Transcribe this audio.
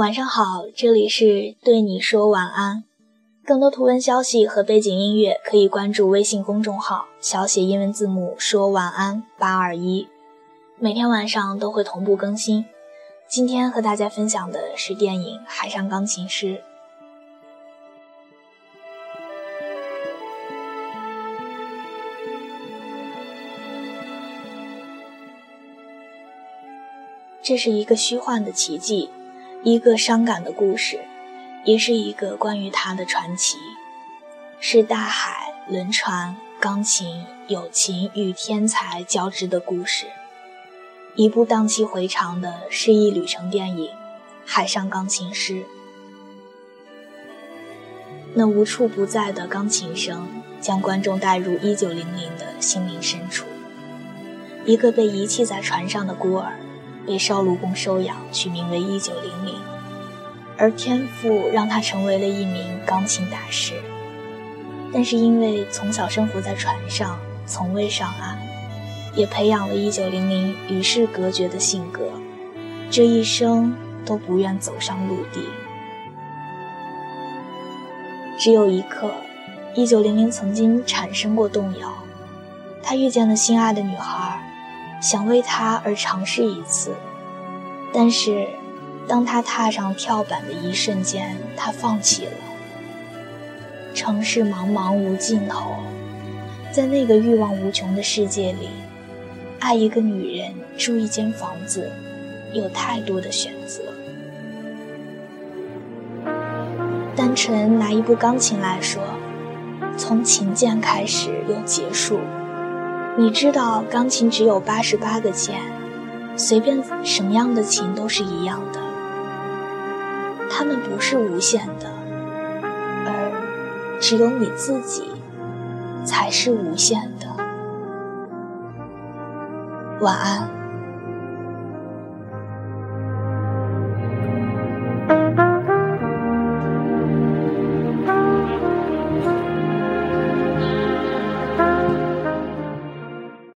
晚上好，这里是对你说晚安。更多图文消息和背景音乐可以关注微信公众号小写英文字母说晚安821，每天晚上都会同步更新。今天和大家分享的是电影《海上钢琴师》。这是一个虚幻的奇迹，一个伤感的故事，也是一个关于他的传奇，是大海、轮船、钢琴、友情与天才交织的故事，一部荡气回肠的诗意旅程电影《海上钢琴师》。那无处不在的钢琴声将观众带入1900的心灵深处，一个被遗弃在船上的孤儿被少卢公收养，取名为1900，而天赋让他成为了一名钢琴大师。但是因为从小生活在船上，从未上岸，也培养了1900与世隔绝的性格，这一生都不愿走上陆地。只有一刻，1900曾经产生过动摇，他遇见了心爱的女孩，想为她而尝试一次，但是当他踏上跳板的一瞬间，他放弃了。城市茫茫无尽头，在那个欲望无穷的世界里，爱一个女人，住一间房子，有太多的选择。单纯拿一部钢琴来说，从琴键开始又结束，你知道钢琴只有88个键，随便什么样的琴都是一样的，它们不是无限的，而只有你自己才是无限的。晚安。